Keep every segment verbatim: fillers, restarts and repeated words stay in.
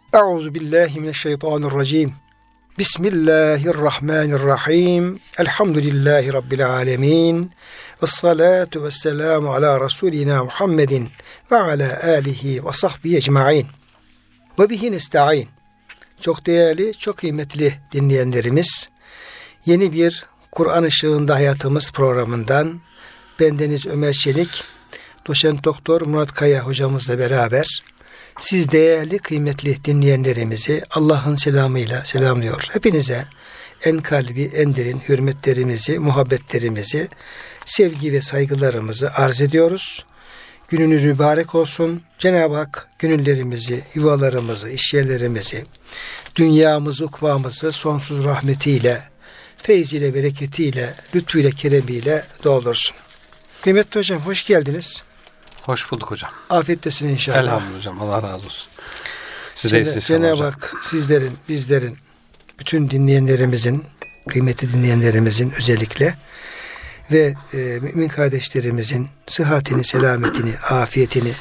Euzu billahi mineşşeytanirracim. Bismillahirrahmanirrahim. Elhamdülillahi rabbil alamin. Ves salatu vesselamu ala rasulina Muhammedin ve ala alihi ve sahbihi ecmaîn. Ve bihi nestaîn. Çok değerli, çok kıymetli dinleyenlerimiz, yeni bir Kur'an Işığında Hayatımız programından bendeniz Ömer Çelik, Doçent Doktor Murat Kaya hocamızla beraber siz değerli, kıymetli dinleyenlerimizi Allah'ın selamıyla selamlıyor. Hepinize en kalbi, en derin hürmetlerimizi, muhabbetlerimizi, sevgi ve saygılarımızı arz ediyoruz. Gününüz mübarek olsun. Cenab-ı Hak gönüllerimizi, yuvalarımızı, işyerlerimizi, dünyamızı, ukvamızı sonsuz rahmetiyle, feyziyle, bereketiyle, lütfuyla, keremiyle doldursun. Kıymetli hocam, hoş geldiniz. Hoş bulduk hocam. Afiyettesin inşallah. Elhamdülillah hocam. Allah razı olsun. Size Cenab- Cenab-ı Hak sizlerin, bizlerin, bütün dinleyenlerimizin, kıymetli dinleyenlerimizin özellikle ve e, mümin kardeşlerimizin sıhhatini, selametini, afiyetini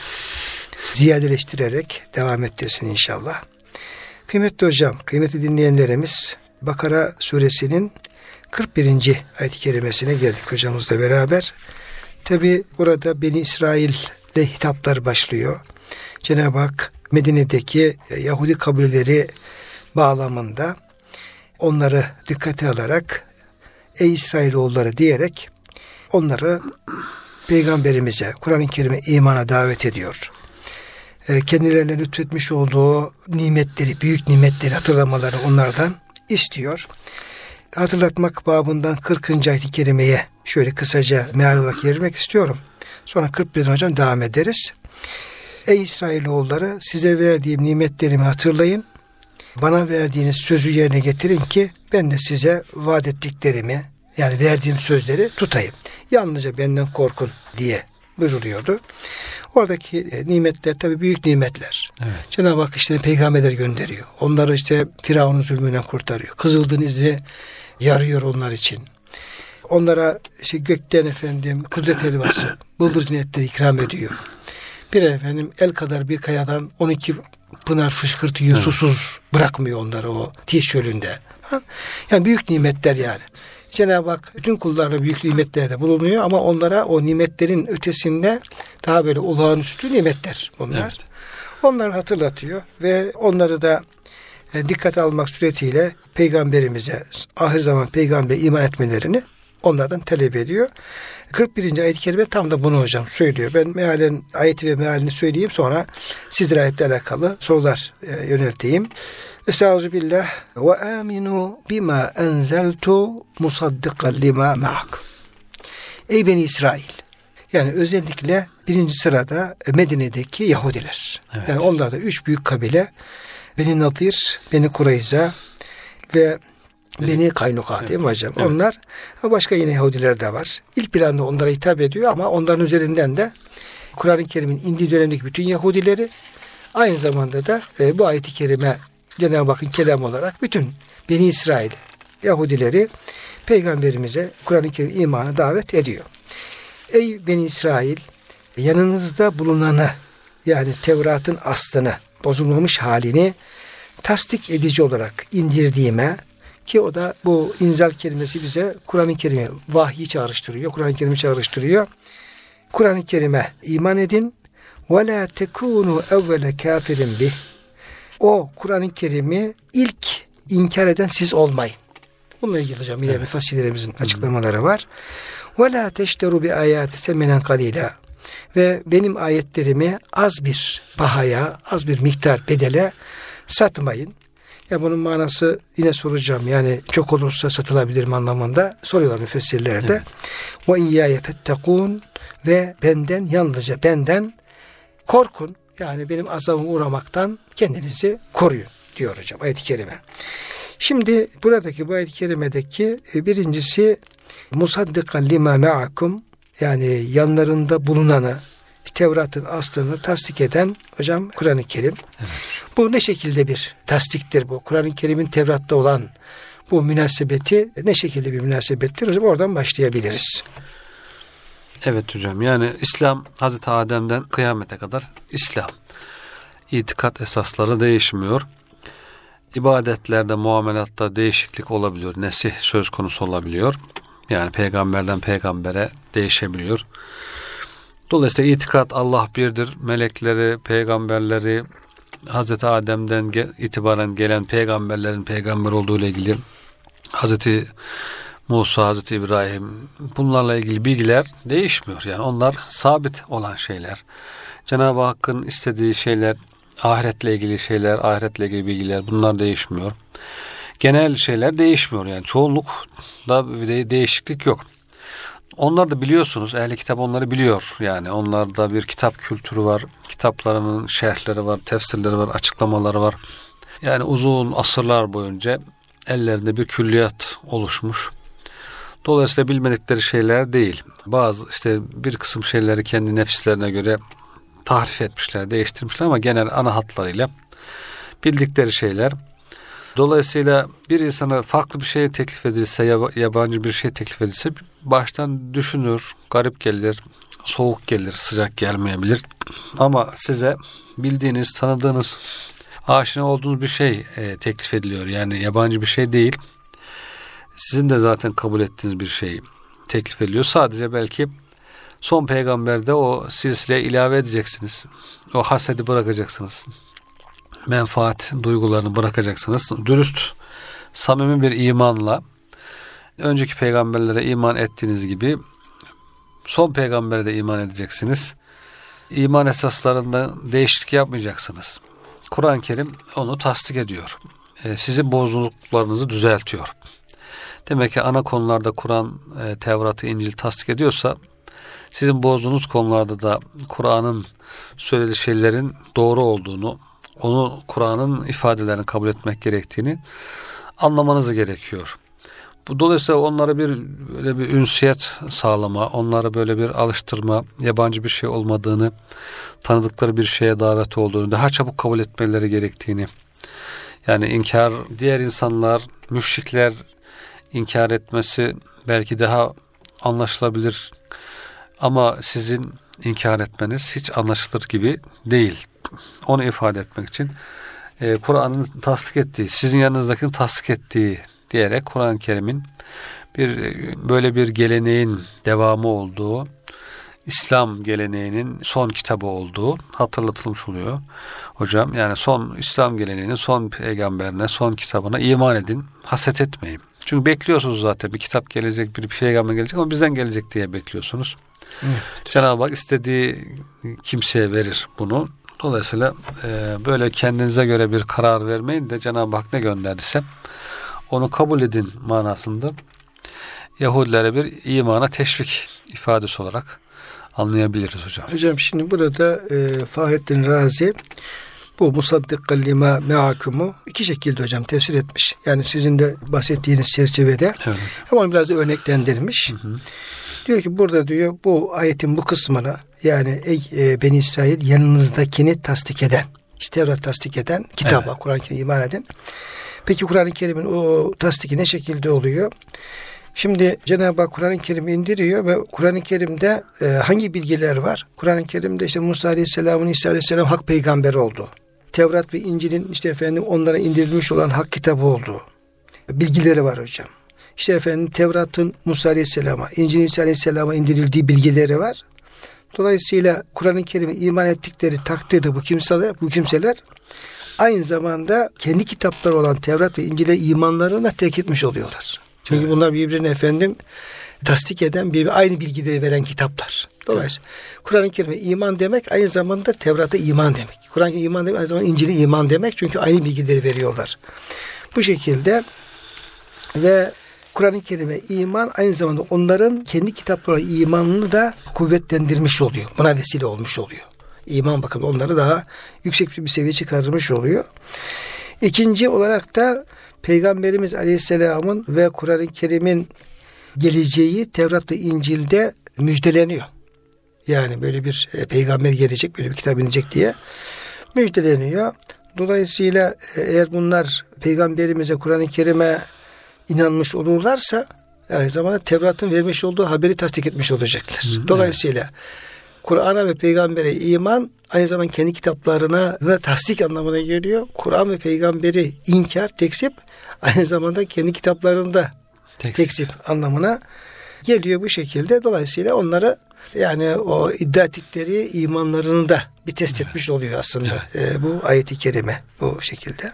ziyadeleştirerek devam ettirsin inşallah. Kıymetli hocam, kıymetli dinleyenlerimiz, Bakara suresinin kırk birinci ayet-i kerimesine geldik hocamızla beraber. Tabi burada Beni İsrail'le hitaplar başlıyor. Cenab-ı Hak Medine'deki Yahudi kabileleri bağlamında onları dikkate alarak ey İsrailoğulları diyerek onları Peygamberimize, Kur'an-ı Kerim'e imana davet ediyor. Kendilerine lütfetmiş olduğu nimetleri, büyük nimetleri hatırlamaları onlardan istiyor. Hatırlatmak babından kırkıncı ayet-i kerimeye şöyle kısaca meal olarak girmek istiyorum. Sonra kırk birden hocam devam ederiz. Ey İsrailoğulları, size verdiğim nimetlerimi hatırlayın. Bana verdiğiniz sözü yerine getirin ki ben de size vaat ettiklerimi, yani verdiğim sözleri tutayım. Yalnızca benden korkun diye buyuruluyordu. Oradaki nimetler tabii büyük nimetler. Evet. Cenab-ı Hak işte peygamberler gönderiyor. Onları işte Firavun'un zulmünden kurtarıyor. Kızıldeniz'i yarıyor onlar için. Onlara işte gökten efendim kudret helvası, bıldırcın etleri ikram ediyor. Bir efendim el kadar bir kayadan on iki pınar fışkırtıyor, evet. Susuz bırakmıyor onları o Tiş çölünde. Ha? Yani büyük nimetler yani. Cenab-ı Hak bütün kullarına büyük nimetlerde bulunuyor ama onlara o nimetlerin ötesinde daha böyle olağanüstü nimetler bunlar. Evet. Onları hatırlatıyor ve onları da e, dikkate almak suretiyle peygamberimize, ahir zaman peygambere iman etmelerini onlardan talep ediyor. kırk birinci ayet-i kerime tam da bunu hocam söylüyor. Ben mealen ayeti ve mealini söyleyeyim, sonra sizlere ayetle alakalı sorular e, yönelteyim. Estağfirullah ve aminu bima enzeltu musaddiqan lima ma'ak. Ey Beni İsrail. Yani özellikle birinci sırada Medine'deki Yahudiler. Evet. Yani onlar da üç büyük kabile. Beni Nadir, Beni Kureyza ve Beni Kaynuka değil mi hocam? Evet. Onlar, başka yine Yahudiler de var. İlk planda onlara hitap ediyor ama onların üzerinden de Kur'an-ı Kerim'in indiği dönemdeki bütün Yahudileri, aynı zamanda da e, bu ayet-i kerime Cenab-ı Hakk'ın kelamı olarak bütün Beni İsrail Yahudileri Peygamberimize Kur'an-ı Kerim imana davet ediyor. Ey Beni İsrail, yanınızda bulunanı, yani Tevrat'ın aslını, bozulmamış halini tasdik edici olarak indirdiğime, ki o da bu inzal kelimesi bize Kur'an-ı Kerim'e vahyi çağrıştırıyor. Kur'an-ı Kerim'i çağrıştırıyor. Kur'an-ı Kerim'e iman edin. Ve la tekunu evvele kafirin bih. O Kur'an-ı Kerim'i ilk inkar eden siz olmayın. Bununla ilgili hocam yine evet. müfessirlerimizin açıklamaları var. Ve la teşteru bi ayati semenen kalila. Ve benim ayetlerimi az bir pahaya, az bir miktar bedele satmayın. Ya bunun manası yine soracağım. Yani çok olursa satılabilir mi anlamında soruyorlar müfessirlerde. Ve iyyâye fettekûn, ve benden, yalnızca benden korkun. Yani benim azabıma uğramaktan kendinizi koruyun diyor hocam ayet-i kerime. Şimdi buradaki bu ayet-i kerimedeki birincisi musaddikan lima ma'akum, yani yanlarında bulunanı, Tevrat'ın aslını tasdik eden hocam Kur'an-ı Kerim. Evet. Bu ne şekilde bir tasdiktir bu? Kur'an-ı Kerim'in Tevrat'ta olan bu münasebeti ne şekilde bir münasebettir? Hocam oradan başlayabiliriz. Evet hocam, yani İslam Hazreti Adem'den kıyamete kadar İslam. itikat esasları değişmiyor. İbadetlerde, muamelatta değişiklik olabiliyor. Nesih söz konusu olabiliyor. Yani peygamberden peygambere değişebiliyor. Dolayısıyla itikat Allah birdir. Melekleri, peygamberleri, Hazreti Adem'den itibaren gelen peygamberlerin peygamber olduğu ile ilgili Hazreti Musa, Hazreti İbrahim, bunlarla ilgili bilgiler değişmiyor. Yani onlar sabit olan şeyler. Cenab-ı Hakk'ın istediği şeyler, ahiretle ilgili şeyler, ahiretle ilgili bilgiler, bunlar değişmiyor. Genel şeyler değişmiyor. Yani çoğunlukta bir değişiklik yok. Onlar da biliyorsunuz, ehli kitap onları biliyor. Yani onlarda bir kitap kültürü var, kitaplarının şerhleri var, tefsirleri var, açıklamaları var. Yani uzun asırlar boyunca ellerinde bir külliyat oluşmuş. Dolayısıyla bilmedikleri şeyler değil. Bazı işte bir kısım şeyleri kendi nefislerine göre tahrif etmişler, değiştirmişler ama genel ana hatlarıyla bildikleri şeyler. Dolayısıyla bir insana farklı bir şey teklif edilse, yabancı bir şey teklif edilse baştan düşünür, garip gelir, soğuk gelir, sıcak gelmeyebilir. Ama size bildiğiniz, tanıdığınız, aşina olduğunuz bir şey e, teklif ediliyor. Yani yabancı bir şey değil. Sizin de zaten kabul ettiğiniz bir şey teklif ediliyor. Sadece belki son peygamberde o silsileye ilave edeceksiniz. O hasedi bırakacaksınız. Menfaat duygularını bırakacaksınız. Dürüst, samimi bir imanla önceki peygamberlere iman ettiğiniz gibi son peygambere de iman edeceksiniz. İman esaslarında değişiklik yapmayacaksınız. Kur'an-ı Kerim onu tasdik ediyor. E, sizin bozukluklarınızı düzeltiyor. Demek ki ana konularda Kur'an, e, Tevrat'ı, İncil tasdik ediyorsa sizin bozduğunuz konularda da Kur'an'ın söylediği şeylerin doğru olduğunu, onu Kur'an'ın ifadelerini kabul etmek gerektiğini anlamanız gerekiyor. Bu dolayısıyla onlara bir böyle bir ünsiyet sağlama, onlara böyle bir alıştırma, yabancı bir şey olmadığını, tanıdıkları bir şeye davet olduğunu, daha çabuk kabul etmeleri gerektiğini. Yani inkar, diğer insanlar, müşrikler inkar etmesi belki daha anlaşılabilir ama sizin inkar etmeniz hiç anlaşılır gibi değil. Onu ifade etmek için e, Kur'an'ın tasdik ettiği, sizin yanınızdakinin tasdik ettiği diyerek Kur'an-ı Kerim'in bir böyle bir geleneğin devamı olduğu, İslam geleneğinin son kitabı olduğu hatırlatılmış oluyor hocam. Yani son İslam geleneğinin son peygamberine, son kitabına iman edin, haset etmeyin. Çünkü bekliyorsunuz zaten bir kitap gelecek, bir peygamber gelecek ama bizden gelecek diye bekliyorsunuz. Evet. Cenab-ı Hak istediği kimseye verir bunu. Dolayısıyla e, böyle kendinize göre bir karar vermeyin de Cenab-ı Hak ne gönderdiyse onu kabul edin manasında Yahudilere bir imana teşvik ifadesi olarak anlayabiliriz hocam. Hocam şimdi burada e, Fahrettin Razi bu musaddikkal lima me'akumu iki şekilde hocam tefsir etmiş. Yani sizin de bahsettiğiniz çerçevede. Evet. Ama onu biraz da örneklendirmiş. Hı hı. Diyor ki burada diyor bu ayetin bu kısmına yani ey e, Beni İsrail yanınızdakini tasdik eden, işte Tevrat tasdik eden, kitaba evet. Kur'an-ı Kerim'e iman eden. Peki Kur'an-ı Kerim'in o tasdiki ne şekilde oluyor? Şimdi Cenab-ı Hak Kur'an-ı Kerim'i indiriyor ve Kur'an-ı Kerim'de e, hangi bilgiler var? Kur'an-ı Kerim'de işte Musa Aleyhisselam'ın İsa Aleyhisselam hak peygamberi olduğu, Tevrat ve İncil'in işte efendim onlara indirilmiş olan hak kitabı olduğu bilgileri var hocam. İşte efendim Tevrat'ın Musa Aleyhisselam'a, İncil'in İsa Aleyhisselam'a indirildiği bilgileri var. Dolayısıyla Kur'an-ı Kerim'e iman ettikleri takdirde bu kimseler, bu kimseler aynı zamanda kendi kitapları olan Tevrat ve İncil'e imanlarına terk etmiş oluyorlar. Çünkü evet. bunlar birbirine efendim tasdik eden, birbirine aynı bilgileri veren kitaplar. Dolayısıyla evet. Kur'an-ı Kerim'e iman demek aynı zamanda Tevrat'a iman demek. Kur'an-ı Kerim'e iman demek aynı zamanda İncil'e iman demek. Çünkü aynı bilgileri veriyorlar. Bu şekilde ve Kur'an-ı Kerim'e iman aynı zamanda onların kendi kitapları imanını da kuvvetlendirmiş oluyor. Buna vesile olmuş oluyor. İman bakın onları daha yüksek bir seviye çıkarmış oluyor. İkinci olarak da Peygamberimiz Aleyhisselam'ın ve Kur'an-ı Kerim'in geleceği Tevrat ve İncil'de müjdeleniyor. Yani böyle bir e, peygamber gelecek, böyle bir kitap inecek diye müjdeleniyor. Dolayısıyla e, eğer bunlar Peygamberimize, Kur'an-ı Kerim'e inanmış olurlarsa aynı zamanda Tevrat'ın vermiş olduğu haberi tasdik etmiş olacaklar. Hı, Dolayısıyla evet. Kur'an'a ve Peygamber'e iman aynı zamanda kendi kitaplarına da tasdik anlamına geliyor. Kur'an ve peygamberi inkar, tekzip, aynı zamanda kendi kitaplarında tekzip, tekzip anlamına geliyor bu şekilde. Dolayısıyla onları yani o iddia ettikleri imanlarını da bir test evet. etmiş oluyor aslında evet. e, bu ayet-i kerime bu şekilde.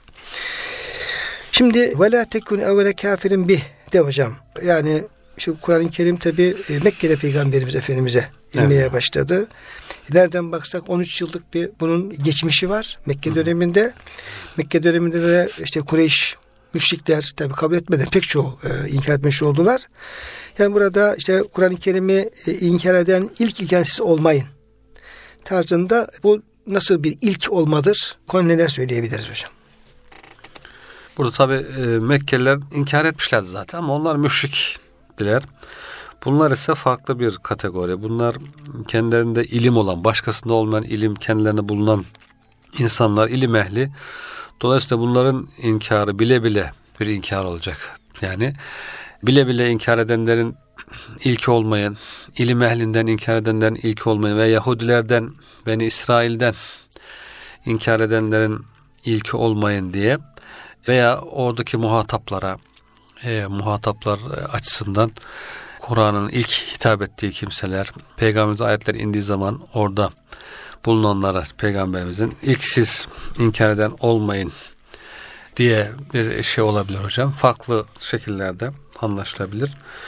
Şimdi وَلَا تَكُنْ اَوَّلَ kafirin bih de hocam. Yani şu Kur'an-ı Kerim tabi Mekke'de Peygamberimiz Efendimiz'e inmeye evet. başladı. Nereden baksak on üç yıllık bir bunun geçmişi var Mekke Hı. döneminde. Mekke döneminde de işte Kureyş müşrikler tabi kabul etmeden pek çoğu e, inkar etmiş oldular. Yani burada işte Kur'an-ı Kerim'i e, inkar eden ilk ilken siz olmayın tarzında bu nasıl bir ilk olmadır? Konu neler söyleyebiliriz hocam? Burada tabi e, Mekkeliler inkar etmişlerdi zaten ama onlar müşriktiler. Bunlar ise farklı bir kategori. Bunlar kendilerinde ilim olan, başkasında olmayan ilim kendilerine bulunan insanlar, ilim ehli. Dolayısıyla bunların inkarı bile bile bir inkar olacak. Yani bile bile inkar edenlerin ilki olmayın, ilim ehlinden inkar edenlerin ilki olmayın ve Yahudilerden, Beni İsrail'den inkar edenlerin ilki olmayın diye veya oradaki muhataplara, e, muhataplar açısından Kur'an'ın ilk hitap ettiği kimseler, Peygamberimiz ayetler indiği zaman orada bulunanlara Peygamberimizin ilk siz inkar eden olmayın diye bir şey olabilir hocam. Farklı şekillerde anlaşılabilir.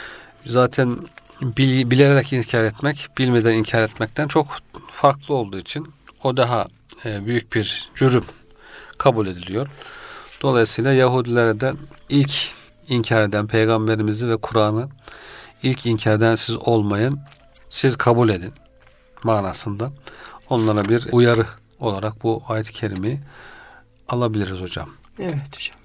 Zaten bil, bilerek inkar etmek, bilmeden inkar etmekten çok farklı olduğu için o daha e, büyük bir cürüm kabul ediliyor. Dolayısıyla Yahudilerden ilk inkar eden Peygamberimizi ve Kur'an'ı ilk inkar eden siz olmayın, siz kabul edin manasında onlara bir uyarı olarak bu ayet-i kerimeyi alabiliriz hocam. Evet hocam.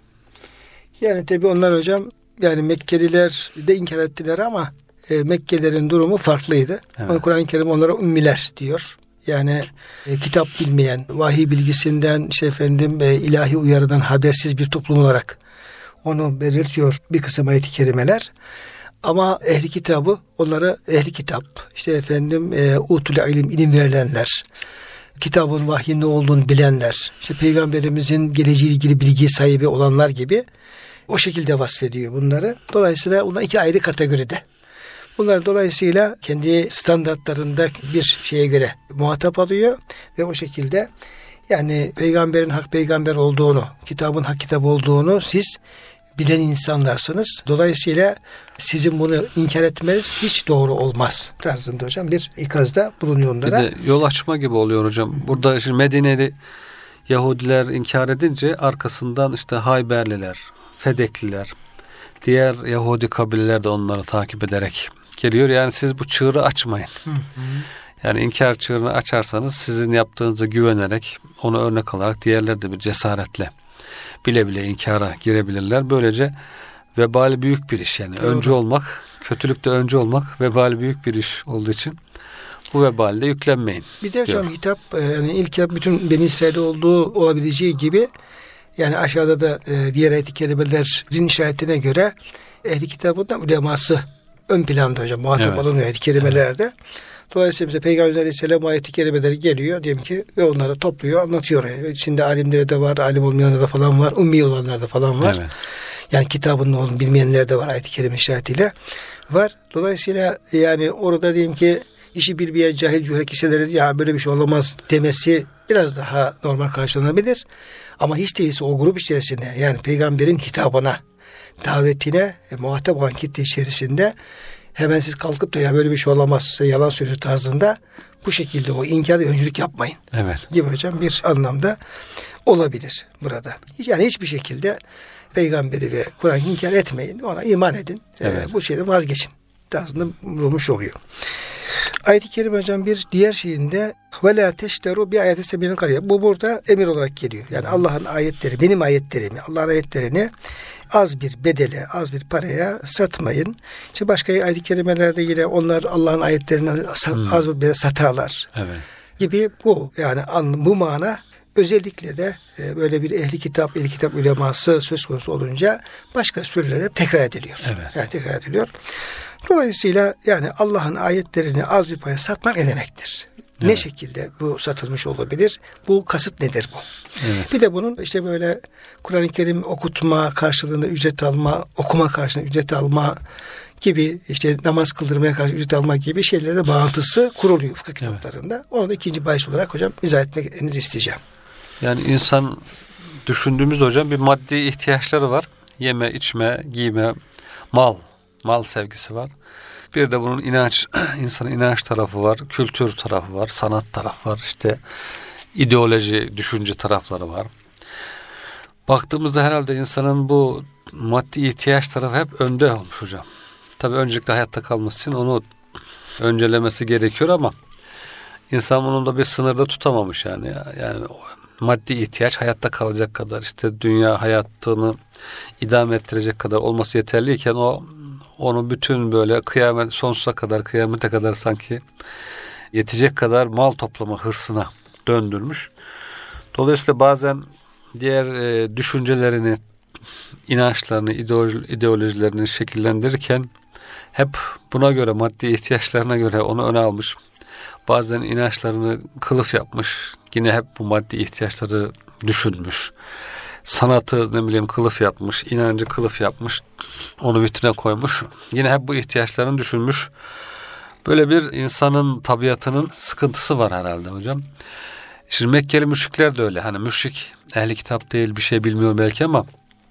Yani tabi onlar hocam yani Mekkeliler de inkar ettiler ama e, Mekkelilerin durumu farklıydı. Evet. Kur'an-ı Kerim onlara ümmiler diyor. Yani e, kitap bilmeyen, vahiy bilgisinden, işte efendim e, ilahi uyarıdan habersiz bir toplum olarak onu belirtiyor bir kısım ayet-i kerimeler. Ama ehli kitabı onlara ehli kitap, işte efendim e, utul ilim, ilim verilenler, kitabın vahyin ne olduğunu bilenler, işte peygamberimizin geleceğiyle ilgili bilgi sahibi olanlar gibi o şekilde vasfediyor bunları. Dolayısıyla bunlar iki ayrı kategoride. Bunlar dolayısıyla kendi standartlarında bir şeye göre muhatap alıyor ve o şekilde yani peygamberin hak peygamber olduğunu, kitabın hak kitap olduğunu siz bilen insanlarsınız. Dolayısıyla sizin bunu inkar etmeniz hiç doğru olmaz tarzında hocam bir ikazda bulunuyor onlara. Bir de yol açma gibi oluyor hocam. Burada şimdi Medineli Yahudiler inkar edince arkasından işte Hayberliler, Fedekliler, diğer Yahudi kabileler de onları takip ederek geliyor. Yani siz bu çığırı açmayın. Hı hı. Yani inkar çığırını açarsanız sizin yaptığınıza güvenerek, onu örnek alarak diğerleri de bir cesaretle bile bile inkara girebilirler. Böylece vebali büyük bir iş yani. Doğru. Öncü olmak, kötülükte öncü olmak vebali büyük bir iş olduğu için bu vebalde yüklenmeyin. Bir de hocam hitap yani ilk hitap bütün Beni İsrail'de olduğu olabileceği gibi yani aşağıda da e, diğer ayet-i kerimelerin işaretine göre ehli kitabın da uleması ön planda hocam muhatap evet. alınıyor ayet-i kerimelerde. Evet. Dolayısıyla bize Peygamber Aleyhisselam ayet-i kerimeleri geliyor diyelim ki ve onları topluyor, anlatıyor. İçinde alimleri de var, alim olmayanlar da falan var, ummi olanlar da falan var. Evet. Yani kitabının olduğunu bilmeyenler de var ayet-i kerime işaretiyle var. Dolayısıyla yani orada diyelim ki işi bilmeyen cahil cühel kişilerin ya böyle bir şey olamaz demesi biraz daha normal karşılanabilir. Ama hiç değilse o grup içerisinde yani peygamberin hitabına, davetine e, muhatap olan kitle içerisinde hemen siz kalkıp da ya böyle bir şey olamaz, sen yalan söylüyorsun tarzında bu şekilde o inkar ve öncülük yapmayın. Evet. Gibi hocam bir anlamda olabilir burada. Yani hiçbir şekilde peygamberi ve Kur'an'ı inkar etmeyin. Ona iman edin. Evet. Ee, bu şeyden vazgeçin. Tarzında bulmuş oluyor. Ayet-i Kerime hocam bir diğer şeyinde ve la teşteru bi ayeti seminin kariye. Bu burada emir olarak geliyor. Yani Allah'ın ayetleri, benim ayetlerimi, Allah'ın ayetlerini az bir bedele, az bir paraya satmayın. İşte başka ayet-i kerimelerde yine onlar Allah'ın ayetlerini hmm. az bir bedele satarlar. Evet. Gibi bu yani bu mana özellikle de böyle bir ehli kitap, ehli kitap uleması söz konusu olunca başka surelerde tekrar ediliyor. Evet. Yani tekrar ediliyor. Dolayısıyla yani Allah'ın ayetlerini az bir paraya satmak ne demektir? Evet. Ne şekilde bu satılmış olabilir? Bu kasıt nedir bu? Evet. Bir de bunun işte böyle Kur'an-ı Kerim okutma karşılığında ücret alma, okuma karşılığında ücret alma gibi, işte namaz kıldırmaya karşı ücret alma gibi şeylerle bağıntısı kuruluyor fıkıh kitaplarında. Evet. Onu da ikinci bahis olarak hocam izah etmenizi isteyeceğim. Yani insan düşündüğümüzde hocam bir maddi ihtiyaçları var. Yeme, içme, giyme, mal, mal sevgisi var. Bir de bunun inanç, insanın inanç tarafı var, kültür tarafı var, sanat tarafı var, işte ideoloji, düşünce tarafları var. Baktığımızda herhalde insanın bu maddi ihtiyaç tarafı hep önde olmuş hocam. Tabii öncelikle hayatta kalması için onu öncelemesi gerekiyor ama insan bunun da bir sınırda tutamamış yani. Yani maddi ihtiyaç hayatta kalacak kadar, işte dünya hayatını idame ettirecek kadar olması yeterliyken o onu bütün böyle kıyamet sonsuza kadar, kıyamete kadar sanki yetecek kadar mal toplama hırsına döndürmüş. Dolayısıyla bazen diğer e, düşüncelerini, inançlarını, ideoloji, ideolojilerini şekillendirirken hep buna göre, maddi ihtiyaçlarına göre onu öne almış. Bazen inançlarını kılıf yapmış. Yine hep bu maddi ihtiyaçları düşünmüş. Sanatı ne bileyim kılıf yapmış, inancı kılıf yapmış, onu vitrine koymuş. Yine hep bu ihtiyaçlarını düşünmüş. Böyle bir insanın tabiatının sıkıntısı var herhalde hocam. Şimdi Mekkeli müşrikler de öyle. Hani müşrik ehli kitap değil, bir şey bilmiyor belki ama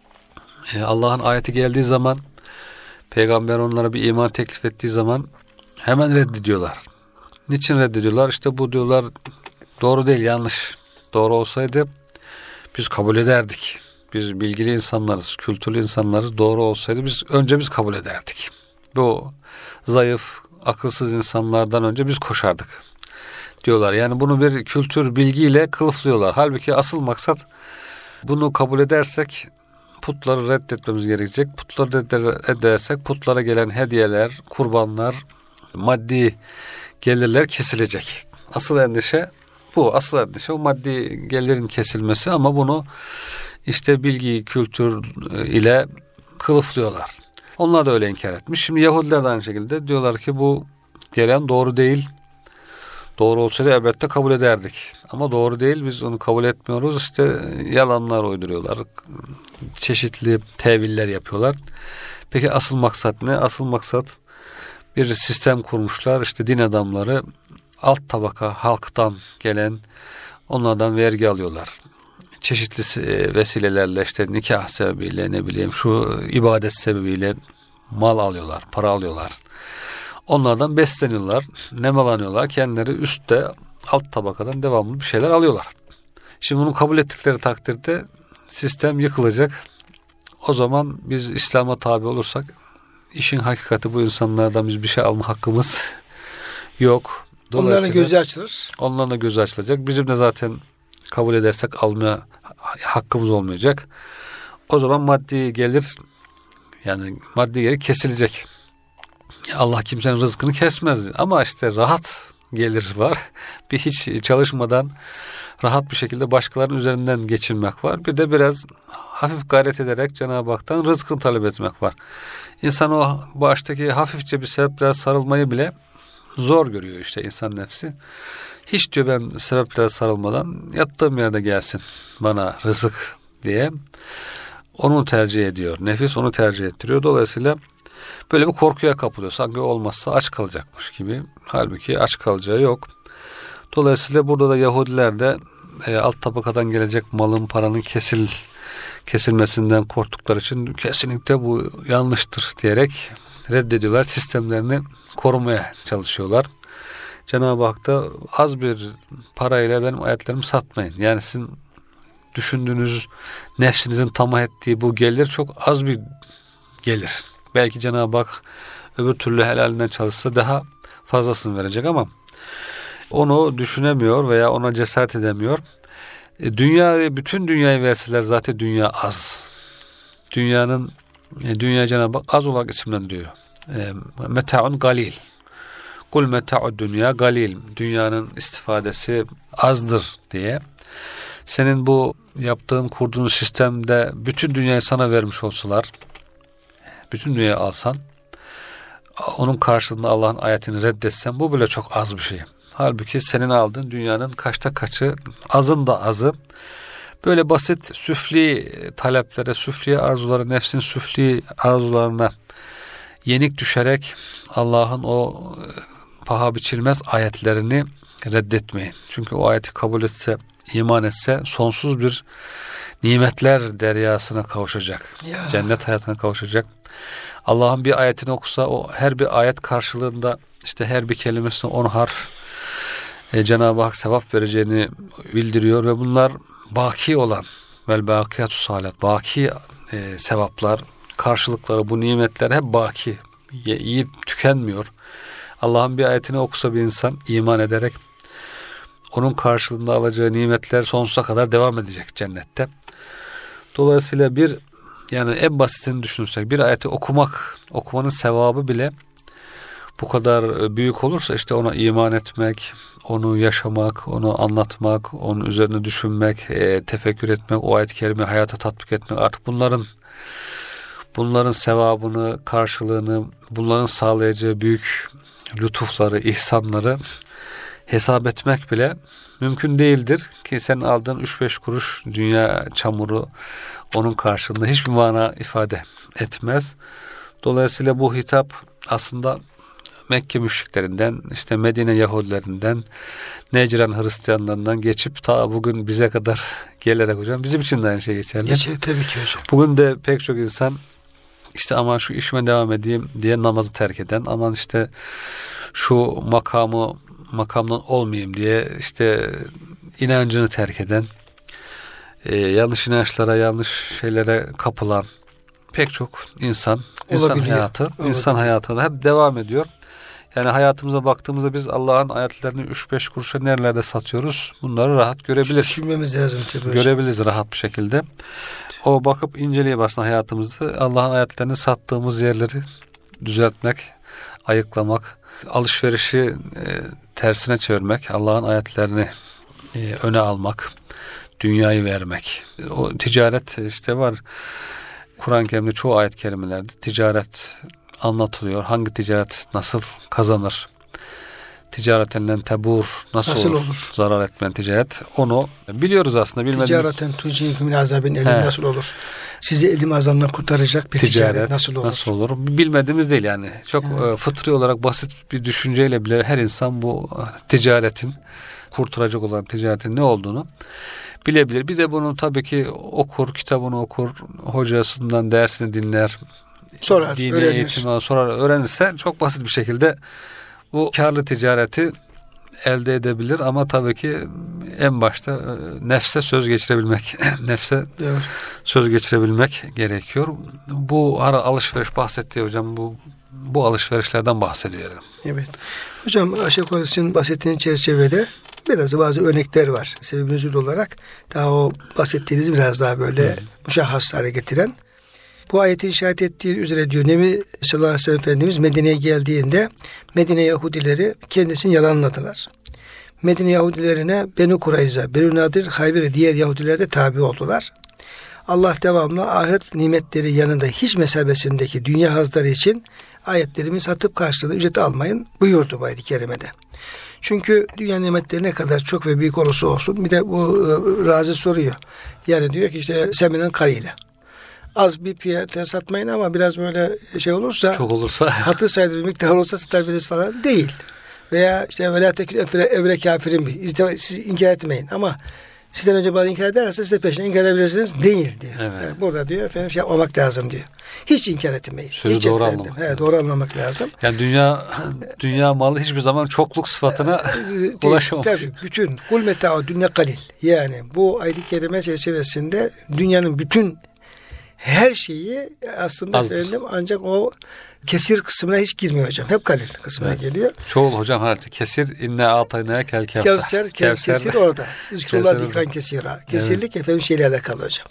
Allah'ın ayeti geldiği zaman, peygamber onlara bir iman teklif ettiği zaman hemen reddediyorlar. Niçin reddediyorlar? İşte bu diyorlar doğru değil, yanlış. Doğru olsaydı biz kabul ederdik. Biz bilgili insanlarız, kültürlü insanlarız. Doğru olsaydı biz önce biz kabul ederdik. Bu zayıf, akılsız insanlardan önce biz koşardık diyorlar. Yani bunu bir kültür, bilgiyle kılıflıyorlar. Halbuki asıl maksat bunu kabul edersek putları reddetmemiz gerekecek. Putları reddedersek putlara gelen hediyeler, kurbanlar, maddi gelirler kesilecek. Asıl endişe bu. Asıl endişe o maddi gelirin kesilmesi ama bunu işte bilgi, kültür ile kılıflıyorlar. Onlar da öyle inkar etmiş. Şimdi Yahudiler de aynı şekilde diyorlar ki bu gelen doğru değil. Doğru olsaydı elbette kabul ederdik. Ama doğru değil, biz onu kabul etmiyoruz. İşte yalanlar uyduruyorlar. Çeşitli teviller yapıyorlar. Peki asıl maksat ne? Asıl maksat bir sistem kurmuşlar. İşte din adamları alt tabaka halktan gelen, onlardan vergi alıyorlar. Çeşitli vesilelerle, işte nikah sebebiyle, ne bileyim şu ibadet sebebiyle mal alıyorlar, para alıyorlar. Onlardan besleniyorlar, nemalanıyorlar. Kendileri üstte, alt tabakadan devamlı bir şeyler alıyorlar. Şimdi bunu kabul ettikleri takdirde sistem yıkılacak. O zaman biz İslam'a tabi olursak işin hakikati bu insanlardan biz bir şey alma hakkımız yok. Onların gözü açılır. Onların da gözü açılacak. Bizim de zaten kabul edersek almaya hakkımız olmayacak. O zaman maddi gelir, yani maddi gelir kesilecek. Allah kimsenin rızkını kesmez. Ama işte rahat gelir var. Bir hiç çalışmadan rahat bir şekilde başkalarının üzerinden geçinmek var. Bir de biraz hafif gayret ederek Cenab-ı Hak'tan rızkını talep etmek var. İnsan o baştaki hafifçe bir sebeplere sarılmayı bile zor görüyor işte insan nefsi. Hiç diyor ben sebeplere sarılmadan yattığım yerde gelsin bana rızık diye onu tercih ediyor. Nefis onu tercih ettiriyor. Dolayısıyla böyle bir korkuya kapılıyor. Sanki olmazsa aç kalacakmış gibi. Halbuki aç kalacağı yok. Dolayısıyla burada da Yahudiler de e, alt tabakadan gelecek malın, paranın kesil kesilmesinden korktukları için kesinlikle bu yanlıştır diyerek reddediyorlar. Sistemlerini korumaya çalışıyorlar. Cenab-ı Hak da az bir parayla benim ayetlerimi satmayın. Yani sizin düşündüğünüz, nefsinizin tamah ettiği bu gelir çok az bir gelir. Belki Cenab-ı Hak öbür türlü helalinden çalışsa daha fazlasını verecek ama onu düşünemiyor veya ona cesaret edemiyor. E, dünya, bütün dünyayı verseler zaten dünya az. Dünyanın, e, dünya Cenab-ı Hak az olarak isimlendiriyor. E, Meta'un galil. Kul meta'ud dünya galil. Dünyanın istifadesi azdır diye. Senin bu yaptığın, kurduğun sistemde bütün dünyayı sana vermiş olsalar, bütün dünyayı alsan, onun karşılığında Allah'ın ayetini reddetsen bu bile çok az bir şey. Halbuki senin aldığın dünyanın kaçta kaçı, azın da azı. Böyle basit süfli taleplere, süfli arzulara, nefsin süfli arzularına yenik düşerek Allah'ın o paha biçilmez ayetlerini reddetmeyin. Çünkü o ayeti kabul etse, iman etse sonsuz bir nimetler deryasına kavuşacak. Ya. Cennet hayatına kavuşacak. Allah'ın bir ayetini okusa o her bir ayet karşılığında işte her bir kelimesine on harf e, Cenab-ı Hak sevap vereceğini bildiriyor ve bunlar baki olan vel bakiyatü salat, baki e, sevaplar, karşılıkları, bu nimetler hep baki, yiyip tükenmiyor. Allah'ın bir ayetini okusa bir insan iman ederek onun karşılığında alacağı nimetler sonsuza kadar devam edecek cennette. Dolayısıyla bir, yani en basitini düşünürsek bir ayeti okumak, okumanın sevabı bile bu kadar büyük olursa işte ona iman etmek, onu yaşamak, onu anlatmak, onun üzerine düşünmek, e, tefekkür etmek, o ayet-i kerimeyi hayata tatbik etmek, artık bunların bunların sevabını, karşılığını, bunların sağlayacağı büyük lütufları, ihsanları hesap etmek bile mümkün değildir ki senin aldığın üç beş kuruş dünya çamuru onun karşılığında hiçbir mana ifade etmez. Dolayısıyla bu hitap aslında Mekke müşriklerinden, işte Medine Yahudilerinden, Necran Hristiyanlarından geçip ta bugün bize kadar gelerek hocam bizim için de aynı şey geçerli. Geçer tabii ki hocam. Bugün de pek çok insan işte aman şu işime devam edeyim diye namazı terk eden, aman işte şu makamı makamdan olmayayım diye işte inancını terk eden, e, yanlış inançlara, yanlış şeylere kapılan pek çok insan, insan Olabiliyor. hayatı, Olabiliyor. insan hayatı da hep devam ediyor. Yani hayatımıza baktığımızda biz Allah'ın ayetlerini üç beş kuruşa nerelerde satıyoruz? Bunları rahat görebiliriz. Düşünmemiz lazım tabii. Görebiliriz rahat bir şekilde. O bakıp inceleyip aslında hayatımızı, Allah'ın ayetlerini sattığımız yerleri düzeltmek, ayıklamak, alışverişi e, tersine çevirmek, Allah'ın ayetlerini e, öne almak, dünyayı vermek. O ticaret işte var. Kur'an-ı Kerim'de çoğu ayet-i kerimelerde ticaret anlatılıyor. Hangi ticaret nasıl kazanır? Ticaretinden tebur nasıl, nasıl olur? olur? Zarar etmeyen ticaret. Onu biliyoruz aslında. Bilmediğimiz... Ticareten tuncikum min azabin elim nasıl olur? Sizi elim azabından kurtaracak bir ticaret, ticaret nasıl olur? Nasıl olur? Bilmediğimiz değil yani. Çok evet. fıtri olarak basit bir düşünceyle bile her insan bu ticaretin, kurtaracak olan ticaretin ne olduğunu bilebilir. Bir de bunu tabii ki okur, kitabını okur, hocasından dersini dinler, sorar, dini eğitimi sorar, öğrenirse çok basit bir şekilde bu karlı ticareti elde edebilir ama tabii ki en başta nefse söz geçirebilmek, nefse evet. söz geçirebilmek gerekiyor. Bu ara alışveriş bahsettiği hocam bu bu alışverişlerden bahsediyor. Evet. Hocam aşağı yukarı bahsettiğiniz çerçevede biraz bazı örnekler var. Sebeb nüzul olarak daha o bahsettiğiniz biraz daha böyle hmm. müşahhas hale getiren. Bu ayetin işaret ettiği üzere diyor Nebi sallallahu aleyhi ve sellem Efendimiz Medine'ye geldiğinde Medine Yahudileri kendisini yalanladılar. Medine Yahudilerine Benu Kurayza, Benu Nadir, Hayber ve diğer Yahudiler de tabi oldular. Allah devamlı ahiret nimetleri yanında hiç mesabesindeki dünya hazları için ayetlerimi satıp karşılığında ücret almayın buyurdu bu ayet-i kerimede. Çünkü dünya nimetleri ne kadar çok ve büyük olursa olsun bir de bu razı soruyor. Yani diyor ki işte seminen kalile. Az bir fiyata satmayın ama biraz böyle şey olursa çok olursa hatır sayılır bir miktar olursa satabiliriz falan değil. Veya işte velatekül evre, evre kafirin bir. Siz inkar etmeyin ama sizden önce bazı inkar ederse siz de peşine inkar edebilirsiniz. Değil diyor. Evet. Yani burada diyor efendim şey olmak lazım diyor. Hiç inkar etmeyin. Sözü Hiç doğru anlamak. He, doğru anlamak lazım. Yani dünya dünya malı hiçbir zaman çokluk sıfatına ulaşamamış. Tabii bütün kul meta'u dünya kalil. Yani bu ayet-i kerime çerçevesinde dünyanın bütün her şeyi aslında efendim ancak o kesir kısmına hiç girmiyor hocam. Hep kalil kısmına evet. geliyor. Çoğul hocam harita kesir inne ataynaya kel kevser. Kevser, kel, kesir orada. Zikrulllah zikran kesira. Kesirlik evet. efendim şeyle alakalı hocam.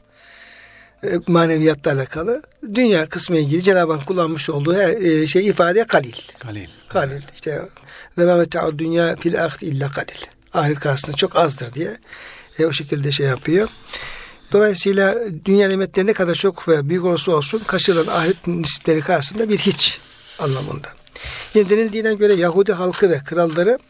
E, maneviyatla alakalı. Dünya kısmına ilgili Cenab-ı Hak kullanmış olduğu her e, şey ifade kalil. Kalil. Kalil. İşte ve ma meta'u dünya fil ahireti illa kalil. Ahiret karşısında çok azdır diye e, o şekilde şey yapıyor. Dolayısıyla dünya nimetleri ne kadar çok ve büyük olursa olsun kaçırılan ahiret nispleri karşısında bir hiç anlamında. Yine denildiğine göre Yahudi halkı ve kralları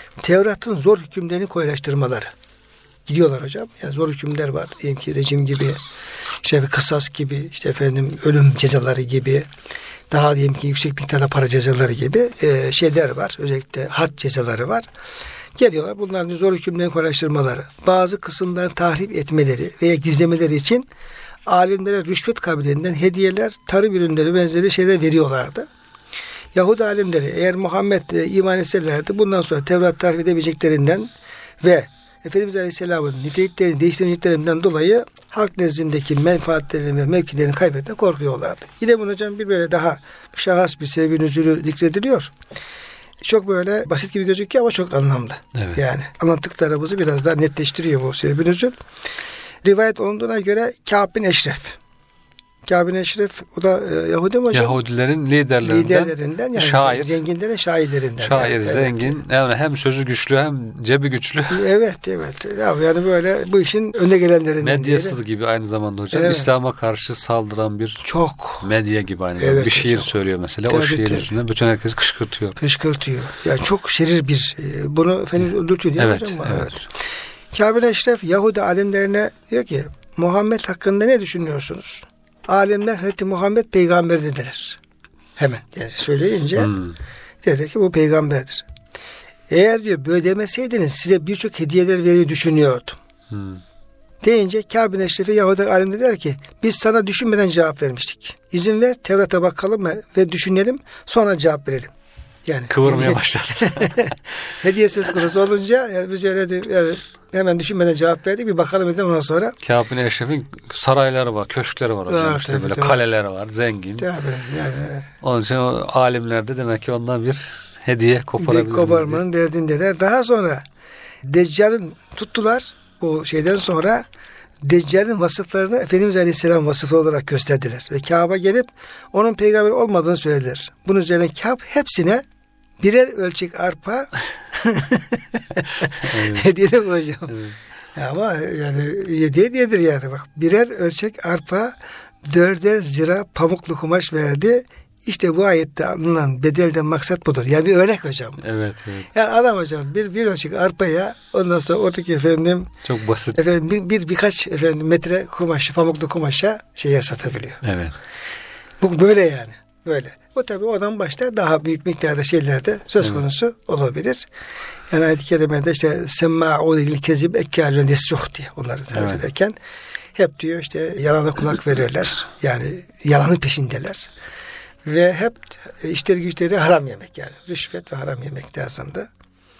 Tevrat'ın zor hükümlerini kolaylaştırmaları. Gidiyorlar hocam. Yani zor hükümler var. Diyelim ki rejim gibi, işte kısas gibi, işte efendim ölüm cezaları gibi, daha diyelim ki yüksek miktarda para cezaları gibi e, şeyler var. Özellikle had cezaları var. Geliyorlar. Bunların zor hükümlerini kolaylaştırmaları, bazı kısımlarını tahrip etmeleri veya gizlemeleri için alimlere rüşvet kabiliğinden hediyeler, tarım ürünleri benzeri şeyler veriyorlardı. Yahudi alimleri eğer Muhammed e, iman etselerdi bundan sonra Tevrat tahrip edebileceklerinden ve Efendimiz Aleyhisselam'ın niteliklerini değiştireceklerinden dolayı halk nezdindeki menfaatlerini ve mevkilerini kaybetmekten korkuyorlardı. Yine bunu hocam bir böyle daha şahıs bir sebebi nüzulü zikrediliyor. Çok böyle basit gibi gözüküyor ama çok anlamlı. Evet. Yani anlattıklarımızı biraz daha netleştiriyor bu sebebi nüzul. Rivayet olunduğuna göre Kâb bin Eşref. Kâb bin Eşref o da e, Yahudi mi hocam? Yahudilerin liderlerinden. Liderlerinden yani şair. Zenginlerin şairlerinden. Şair, yani, zengin. Evet. Yani hem sözü güçlü hem cebi güçlü. Evet, evet. Yani böyle bu işin önde gelenlerinden. Medyası diyelim. gibi aynı zamanda hocam. Evet. İslam'a karşı saldıran bir çok medya gibi aynı zamanda. Evet, bir şiir hocam. Söylüyor mesela. Tabii, o şiir yüzünden bütün herkes kışkırtıyor. Kışkırtıyor. Yani çok şerir bir bunu Efendimiz öldürtüyor değil mi evet, hocam? Evet. evet. Kâb bin Eşref Yahudi alimlerine diyor ki Muhammed hakkında ne düşünüyorsunuz? Alimler Hazreti Muhammed peygamber dediler. Hemen yani söyleyince hmm. dedi ki bu peygamberdir. Eğer diyor böyle demeseydiniz size birçok hediyeler vermeyi düşünüyordum. Hmm. Deyince Kâb bin Eşref'e Yahudi alim dediler ki biz sana düşünmeden cevap vermiştik. İzin ver Tevrat'a bakalım ve düşünelim sonra cevap verelim. Yani kıvırmaya başladı. Hediye söz konusu olunca yani biz öyle yani hemen düşünmeden cevap verdik. Bir bakalım dedim ondan sonra. Kâb bin Eşref'in sarayları var, köşkleri var. Var işte tabii, böyle tabii. Kaleleri var, zengin. Tabii yani. Onun için o alimler de demek ki ondan bir hediye koparabilir. Koparmanın derdindeler. Daha sonra Deccal'ın tuttular. Bu şeyden sonra Deccal'in vasıflarını Efendimiz Aleyhisselam vasıfı olarak gösterdiler. Ve Kâb'a gelip onun peygamber olmadığını söylediler. Bunun üzerine Kâb hepsine birer ölçek arpa hediye de hocam. Evet. Ama yani hediye hediyedir yani bak. Birer ölçek arpa dörder zira pamuklu kumaş verdi. İşte bu ayette anılan bedelden maksat budur. Yani bir örnek hocam. Evet, evet. Yani adam hocam bir bir ölçek arpaya ondan sonra oradaki efendim çok basit. Efendim bir, bir birkaç efendim metre kumaşı, pamuklu kumaşa şeye satabiliyor. Evet. Bu böyle yani. Böyle. O tabii oradan başlar daha büyük miktarda şeylerde söz evet. konusu olabilir. Yani ayet-i kerimede işte semmâ'ûne lil kezib ekkâlûne lissuh diye onları tarif evet. ederken hep diyor işte yalana kulak verirler. Yani yalanın peşindeler. Ve hep işleri güçleri haram yemek yani. Rüşvet ve haram yemek aslında.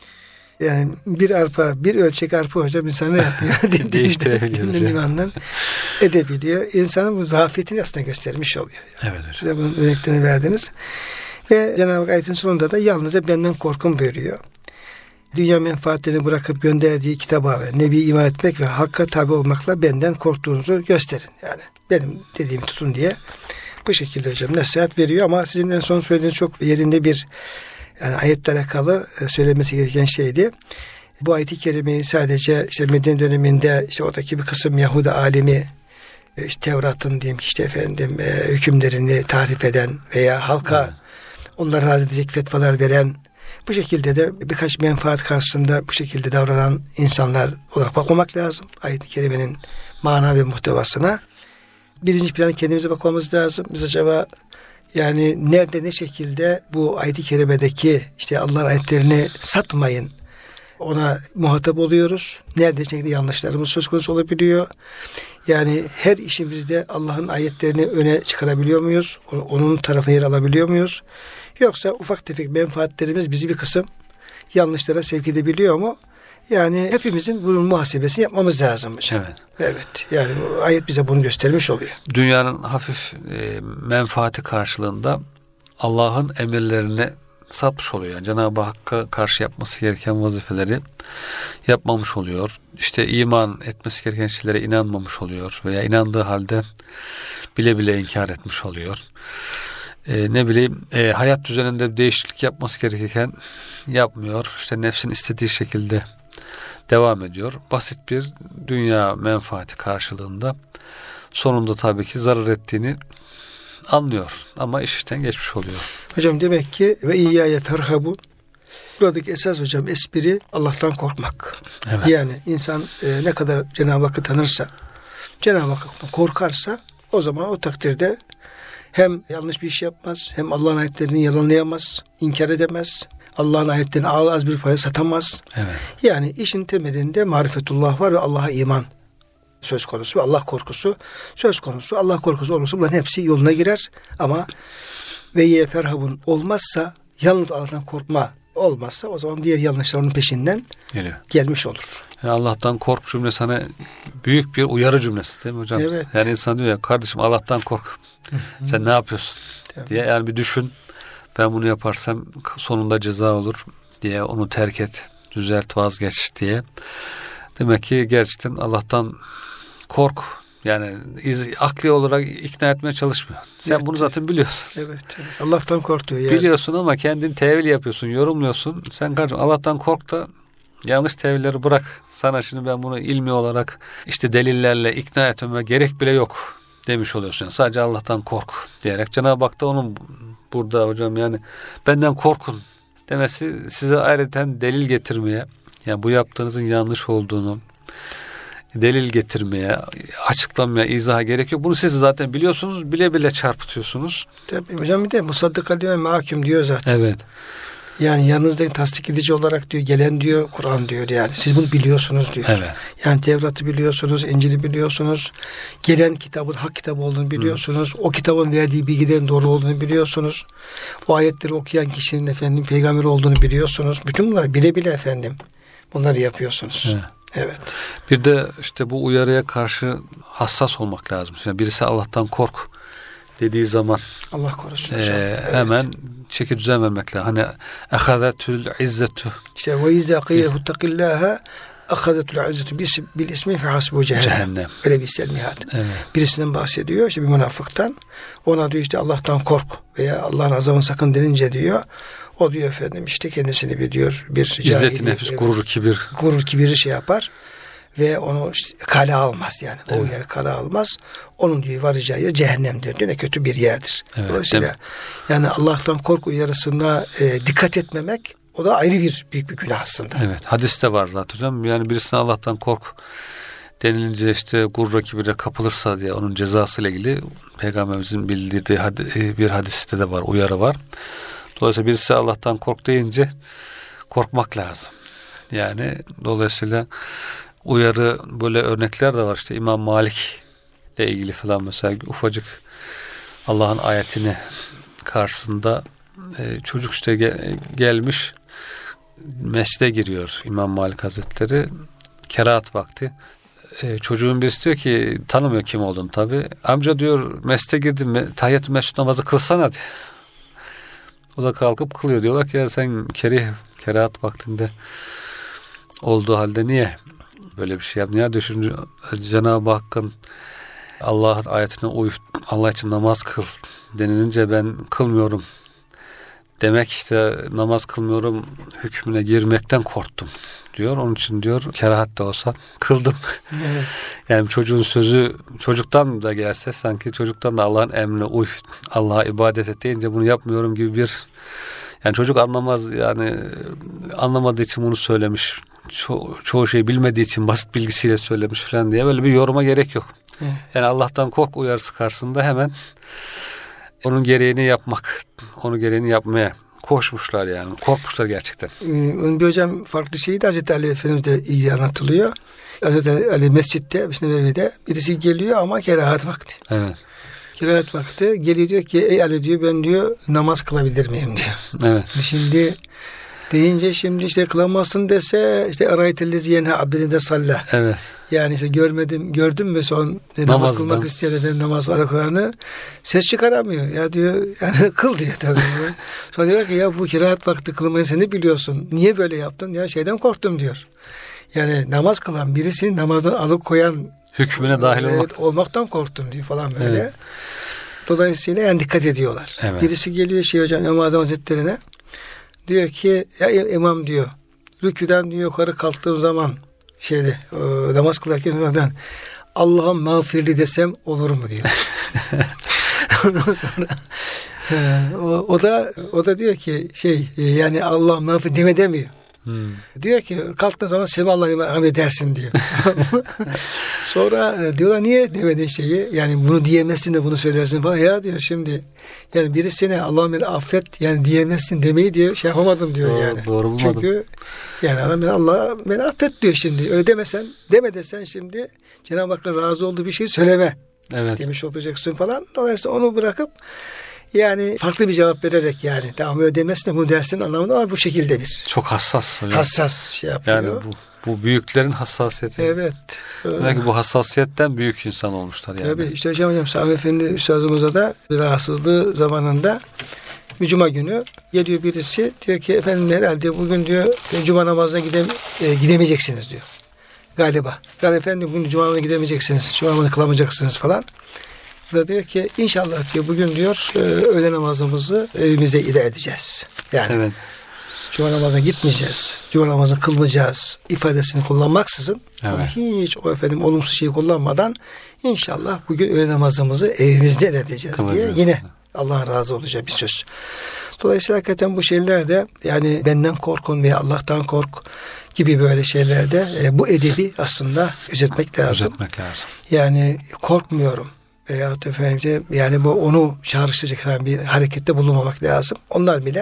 Yani bir arpa, bir ölçek arpa hocam insanı yapıyor. Değiştirebiliyor. Dinlenimandan edebiliyor. İnsanın bu zafiyetini aslında göstermiş oluyor. Yani. Evet hocam. Size bunun örneklerini verdiniz. Ve Cenab-ı Hak ayetin sonunda da yalnızca benden korkun buyuruyor. Dünya menfaatlerini bırakıp gönderdiği kitaba ve Nebi'ye iman etmek ve hakka tabi olmakla benden korktuğunuzu gösterin. Yani benim dediğimi tutun diye bu şekilde hocam nasihat veriyor ama sizin en son söylediğiniz çok yerinde bir yani ayetle alakalı söylemesi gereken şeydi. Bu ayet-i kerimeyi sadece işte Medine döneminde işte oradaki bir kısım Yahudi alimi işte Tevrat'ın diyeyim ki işte efendim e, hükümlerini tahrif eden veya halka evet. onları razı edecek fetvalar veren bu şekilde de birkaç menfaat karşısında bu şekilde davranan insanlar olarak bakmamak lazım. Ayet-i kerimenin mana ve muhtevasına. Birinci plana kendimize bakmamız lazım. Biz acaba yani nerede ne şekilde bu ayet-i kerimedeki işte Allah'ın ayetlerini satmayın ona muhatap oluyoruz. Nerede şekilde yanlışlarımız söz konusu olabiliyor. Yani her işimizde Allah'ın ayetlerini öne çıkarabiliyor muyuz? Onun tarafına yer alabiliyor muyuz? Yoksa ufak tefek menfaatlerimiz bizi bir kısım yanlışlara sevk edebiliyor mu? Yani hepimizin bunun muhasebesini yapmamız lazım. Evet. Evet. Yani bu ayet bize bunu göstermiş oluyor. Dünyanın hafif e, menfaati karşılığında Allah'ın emirlerini satmış oluyor. Yani Cenab-ı Hakk'a karşı yapması gereken vazifeleri yapmamış oluyor. İşte iman etmesi gereken şeylere inanmamış oluyor veya inandığı halde bile bile inkar etmiş oluyor. Ee, ne bileyim e, hayat düzeninde değişiklik yapması gerekirken yapmıyor. İşte nefsin istediği şekilde devam ediyor. Basit bir dünya menfaati karşılığında sonunda tabii ki zarar ettiğini anlıyor. Ama iş işten geçmiş oluyor. Hocam demek ki ve iyyâye ferhabun Buradaki esas hocam espri Allah'tan korkmak. Evet. Yani insan e, ne kadar Cenab-ı Hakk'ı tanırsa, Cenab-ı Hakk'tan korkarsa o zaman o takdirde hem yanlış bir iş yapmaz, hem Allah'ın ayetlerini yalanlayamaz, inkar edemez. Allah'ın ayetlerini az bir paya satamaz. Evet. Yani işin temelinde marifetullah var ve Allah'a iman söz konusu ve Allah korkusu söz konusu. Allah korkusu olursa bunların hepsi yoluna girer. Ama ve ye ferhabun olmazsa, yalnız Allah'tan korkma olmazsa o zaman diğer yanlışlar onun peşinden geliyor. Gelmiş olur. Yani Allah'tan kork cümlesi sana büyük bir uyarı cümlesi değil mi hocam? Evet. Yani insan diyor ya, kardeşim Allah'tan kork. Sen ne yapıyorsun Tabii. diye, yani bir düşün. Ben bunu yaparsam sonunda ceza olur diye, onu terk et, düzelt, vazgeç diye. Demek ki gerçekten Allah'tan kork. Yani iz, akli olarak ikna etmeye çalışmıyor. Sen evet. bunu zaten biliyorsun. Evet, evet. Allah'tan kork diyor yani. Biliyorsun ama kendin tevil yapıyorsun, yorumluyorsun. Sen kardeşim Allah'tan kork da yanlış tevilleri bırak. Sana şimdi ben bunu ilmi olarak işte delillerle ikna etmeme gerek bile yok demiş oluyorsun. Yani sadece Allah'tan kork diyerek Cenab-ı Hak da onun burada hocam yani benden korkun demesi size ayrıca delil getirmeye, yani bu yaptığınızın yanlış olduğunu delil getirmeye, açıklamaya, izaha gerek yok. Bunu siz zaten biliyorsunuz, bile bile çarpıtıyorsunuz. Tabii hocam, bir de musaddık diyor, mahkum diyor zaten. Evet. Yani yanınızdaki tasdik edici olarak diyor, gelen diyor Kur'an diyor yani. Siz bunu biliyorsunuz diyor. Evet. Yani Tevrat'ı biliyorsunuz, İncil'i biliyorsunuz. Gelen kitabın hak kitabı olduğunu biliyorsunuz. Hı. O kitabın verdiği bilgilerin doğru olduğunu biliyorsunuz. O ayetleri okuyan kişinin efendim peygamber olduğunu biliyorsunuz. Bütün bunları bile bile efendim bunları yapıyorsunuz. Evet. Evet. Bir de işte bu uyarıya karşı hassas olmak lazım. Yani birisi Allah'tan kork dediği zaman Allah korusun e, hocam. Evet. Hemen çeki düzen vermek lazım. Hani ehadetül izzetu. İşte ve izâ qîlehu taqillâhe ehadetül izzetu bil ismi fe hasbu cehennem. Cehennem. Öyle bir selmihat. Evet. Birisinden bahsediyor. İşte bir münafıktan. Ona diyor işte Allah'tan kork veya Allah'ın azabını sakın denince diyor. O diyor efendim işte kendisini bir diyor bir İzzet-i nefis, gurur, kibir. Gurur, kibiri şey yapar ve onu işte kale almaz yani. Evet. O yer kale almaz. Onun diyor varacağı yer cehennemdir diyor. Ne kötü bir yerdir. Evet, dolayısıyla yani Allah'tan kork uyarısına e, dikkat etmemek, o da ayrı bir büyük bir günah aslında. Evet. Hadiste var zaten hocam. Yani birisine Allah'tan kork denilince işte gurur, kibire kapılırsa diye onun cezasıyla ilgili Peygamberimizin bildirdiği bir hadiste de var, uyarı var. Dolayısıyla birisi Allah'tan kork deyince korkmak lazım. Yani dolayısıyla uyarı, böyle örnekler de var. İşte İmam Malik ile ilgili falan mesela ufacık Allah'ın ayetini karşısında e, çocuk işte ge, gelmiş mescide giriyor İmam Malik Hazretleri. Kerahat vakti. E, çocuğun birisi diyor ki, tanımıyor kim olduğunu tabii. Amca diyor mescide girdim, tahiyyat-ı mescid namazı kılsana diyor. O da kalkıp kılıyor. Diyorlar ki ya sen kerih, kerahat vaktinde olduğu halde niye böyle bir şey yaptın? Ya düşünce Cenab-ı Hakk'ın Allah'ın ayetine uy, Allah için namaz kıl denilince ben kılmıyorum demek, işte namaz kılmıyorum hükmüne girmekten korktum diyor. Onun için diyor kerahat da olsa kıldım. Evet. Yani çocuğun sözü çocuktan da gelse, sanki çocuktan da Allah'ın emrine uy, Allah'a ibadet et deyince bunu yapmıyorum gibi bir, yani çocuk anlamaz, yani anlamadığı için bunu söylemiş. Ço- çoğu şey bilmediği için basit bilgisiyle söylemiş falan diye böyle bir yoruma gerek yok. Evet. Yani Allah'tan kork uyarısı karşısında hemen onun gereğini yapmak, onun gereğini yapmaya koşmuşlar yani. Korkmuşlar gerçekten. Onun bir hocam farklı şeyi de Hazreti Ali Efendimiz'de iyi anlatılıyor. Hazreti Ali mescitte, Mesnevi'de birisi geliyor ama kerahat vakti. Evet. Kerahat vakti geliyor, diyor ki ey Ali diyor, ben diyor namaz kılabilir miyim diyor. Evet. Şimdi deyince şimdi işte kılamazsın dese işte araytellezi yenha abdine salla. Evet. Yani işte görmedim, gördün mü son e, namaz kılmak isteyen efendim namaz alakanı ses çıkaramıyor. Ya diyor yani kıl diyor tabii. Sonra diyor ki ya bu kerahat vakti kılmayı sen de biliyorsun. Niye böyle yaptın? Ya şeyden korktum diyor. Yani namaz kılan birisi namazdan alıkoyan hükmüne dahil evet, olmak. olmaktan korktum diyor falan böyle. Evet. Dolayısıyla yani dikkat ediyorlar. Evet. Birisi geliyor şey hocam İmam Azam Hazretleri'ne diyor ki ya imam diyor rüküden diyor yukarı kalktığım zaman şeyde e, namaz kılarken ben Allah'ım mağfirli desem olur mu diyor. Ondan sonra He, o, o da o da diyor ki şey yani Allah'ım ne yapayım deme demiyor. Hmm. Diyor ki kalktığın zaman Semallah'ı hamd dersin diyor. Sonra diyorlar niye demedin şeyi? Yani bunu diyemezsin de bunu söylersin falan. Ya diyor şimdi yani birisine Allah'ım beni affet yani diyemezsin demeyi diyor şey yapamadım diyor doğru, yani. Doğru bulmadım. Çünkü yani adam beni Allah beni affet diyor şimdi. Öyle demesen deme desen şimdi Cenab-ı Hakk'ın razı olduğu bir şey söyleme. Evet. Demiş olacaksın falan. Dolayısıyla onu bırakıp yani farklı bir cevap vererek yani tamam öyle demezsin de bunu dersin anlamında ama bu şekilde bir. Çok hassas hocam. Hassas şey yapıyor. Yani bu, bu büyüklerin hassasiyeti. Evet. Belki bu hassasiyetten büyük insan olmuşlar yani. Tabii işte hocam hocam Sami Efendi Üstazımıza da bir rahatsızlığı zamanında bir cuma günü geliyor birisi diyor ki efendim herhalde bugün diyor cuma namazına gidem e, gidemeyeceksiniz diyor. Galiba. Galiba efendim bugün cuma namazına gidemeyeceksiniz. Cuma namazına kılamayacaksınız falan. Da diyor ki inşallah diyor bugün diyor e, öğle namazımızı evimize ida edeceğiz. Yani evet. Cuma namazına gitmeyeceğiz. Cuma namazını kılmayacağız ifadesini kullanmaksızın evet. hiç o efendim olumsuz şeyi kullanmadan inşallah bugün öğle namazımızı evimizde edeceğiz Kılacağız. diye yine Allah'ın razı olacağı bir söz. Dolayısıyla hakikaten bu şeylerde yani benden korkun veya Allah'tan kork gibi böyle şeylerde e, bu edebi aslında gözetmek lazım. Gözetmek lazım. Yani korkmuyorum. Veyahut efendim yani bu onu çağrıştıracak herhangi bir harekette bulunmamak lazım. Onlar bile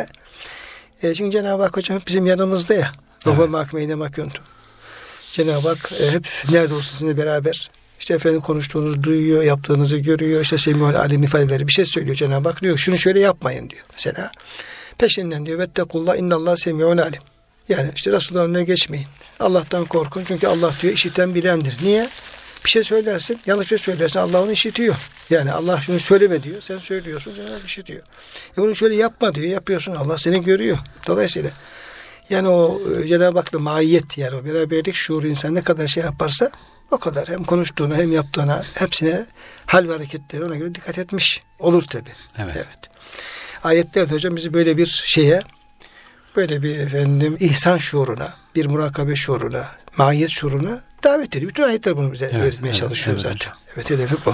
e, çünkü Cenab-ı Hak hocam bizim yanımızda ya. Evet. Mahkemeyne mahkumtum. Cenab-ı Hak e, hep nerede olsun sizinle beraber işte efendim konuştuğunuzu duyuyor, yaptığınızı görüyor. İşte Semihul Alim ifadeleri bir şey söylüyor Cenab-ı Hak diyor. Şunu şöyle yapmayın diyor. Mesela peşinden diyor vettekullah innallah semihul alim. Yani işte Resulullah'ın önüne geçmeyin. Allah'tan korkun çünkü Allah diyor işiten bilendir. Niye? Bir şey söylersin, yanlış bir şey söylersin Allah onu işitiyor. Yani Allah şunu söyleme diyor, sen söylüyorsun, Cenab-ı Hak işitiyor. E bunu şöyle yapma diyor, yapıyorsun Allah seni görüyor. Dolayısıyla yani o Cenab-ı Hak'la maiyet yani o beraberlik şuuru insan ne kadar şey yaparsa o kadar hem konuştuğuna hem yaptığına hepsine hal ve hareketleri ona göre dikkat etmiş olur tabi. Evet. evet. Ayetlerde hocam bizi böyle bir şeye böyle bir efendim ihsan şuuruna, bir murakabe şuuruna, maiyet şuuruna davet ediyor. Bütün ayetler bunu bize evet, öğretmeye evet, çalışıyor evet, zaten. Hocam. Evet hedefi bu.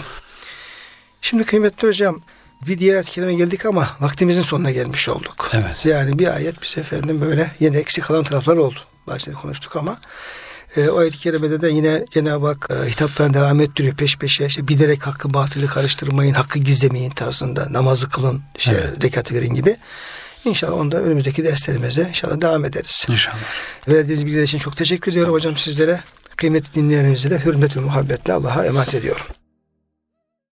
Şimdi kıymetli hocam bir diğer ayet-i kerime geldik ama vaktimizin sonuna gelmiş olduk. Evet. Yani bir ayet bize efendim böyle yine eksik kalan taraflar oldu. Başta konuştuk ama e, o ayet-i kerimede de yine Cenab-ı Hak e, hitaplarını devam ettiriyor peş peşe. İşte bilerek hakkı batılı karıştırmayın, hakkı gizlemeyin tarzında namazı kılın, işte evet. zekatı verin gibi. İnşallah onda önümüzdeki derslerimize inşallah devam ederiz. İnşallah. Verdiğiniz bilgiler için çok teşekkür ediyorum hocam sizlere. Kıymetli dinleyenlerimize de hürmet ve muhabbetle Allah'a emanet ediyorum.